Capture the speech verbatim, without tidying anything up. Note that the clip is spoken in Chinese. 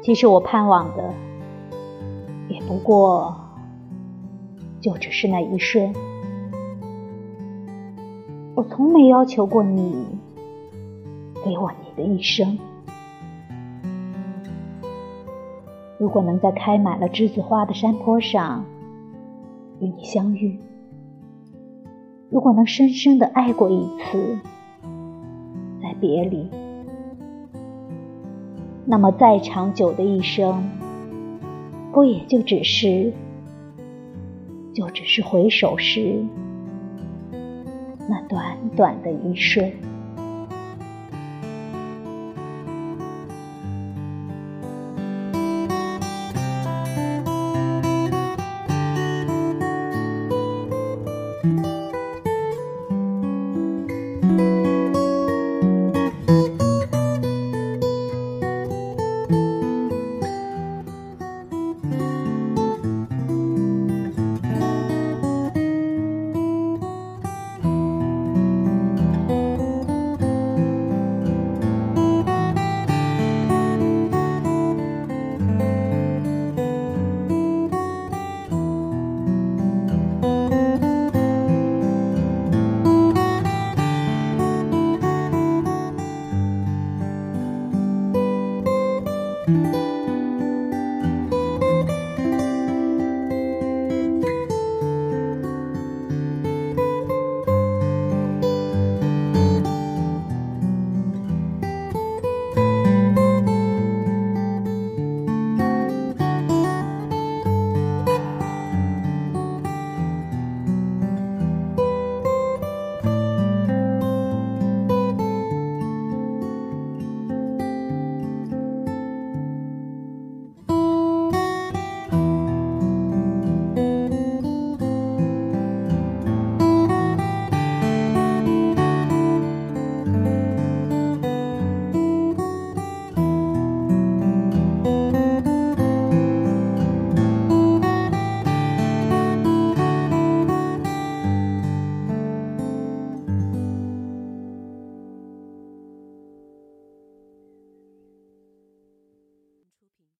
其实我盼望的也不过就只是那一瞬。我从没要求过你给我你的一生。如果能在开满了栀子花的山坡上与你相遇，如果能深深地爱过一次，再别离，那么再长久的一生，不也就只是就只是回首时那短短的一瞬。 嗯。